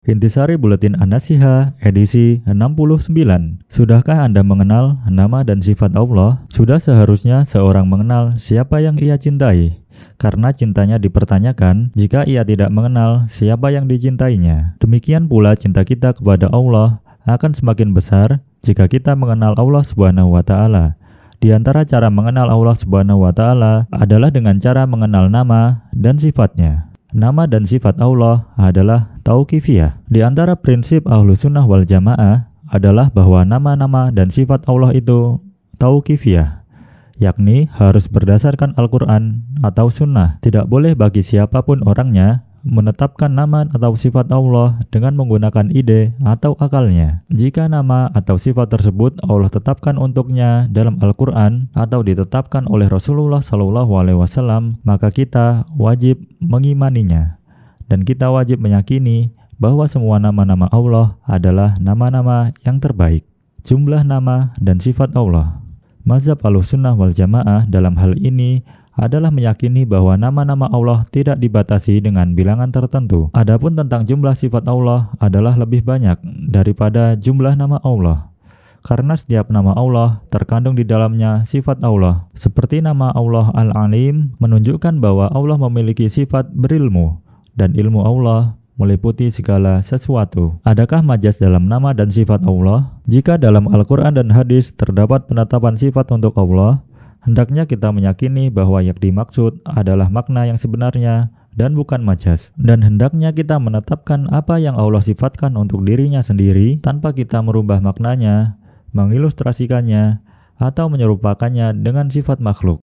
Intisari Buletin An-Nasiha edisi 69. Sudahkah Anda mengenal nama dan sifat Allah? Sudah seharusnya seorang mengenal siapa yang ia cintai, karena cintanya dipertanyakan jika ia tidak mengenal siapa yang dicintainya. Demikian pula cinta kita kepada Allah akan semakin besar jika kita mengenal Allah Subhanahu wa Ta'ala. Di antara cara mengenal Allah Subhanahu wa Ta'ala adalah dengan cara mengenal nama dan sifatnya. Nama dan sifat Allah adalah tauqifiyah. Di antara prinsip Ahlus Sunnah wal Jamaah adalah bahwa nama-nama dan sifat Allah itu tauqifiyah, yakni harus berdasarkan Al-Quran atau Sunnah. Tidak boleh bagi siapapun orangnya menetapkan nama atau sifat Allah dengan menggunakan ide atau akalnya. Jika nama atau sifat tersebut Allah tetapkan untuknya dalam Al-Quran atau ditetapkan oleh Rasulullah SAW, maka kita wajib mengimaninya. Dan kita wajib meyakini bahwa semua nama-nama Allah adalah nama-nama yang terbaik. Jumlah nama dan sifat Allah. Mazhab Ahlussunnah wal Jamaah dalam hal ini adalah meyakini bahwa nama-nama Allah tidak dibatasi dengan bilangan tertentu. Adapun tentang jumlah sifat Allah adalah lebih banyak daripada jumlah nama Allah. Karena setiap nama Allah terkandung di dalamnya sifat Allah. Seperti nama Allah Al-Alim menunjukkan bahwa Allah memiliki sifat berilmu, dan ilmu Allah meliputi segala sesuatu. Adakah majas dalam nama dan sifat Allah? Jika dalam Al-Quran dan hadis terdapat penetapan sifat untuk Allah, hendaknya kita meyakini bahwa yang dimaksud adalah makna yang sebenarnya dan bukan majas. Dan hendaknya kita menetapkan apa yang Allah sifatkan untuk dirinya sendiri tanpa kita merubah maknanya, mengilustrasikannya, atau menyerupakannya dengan sifat makhluk.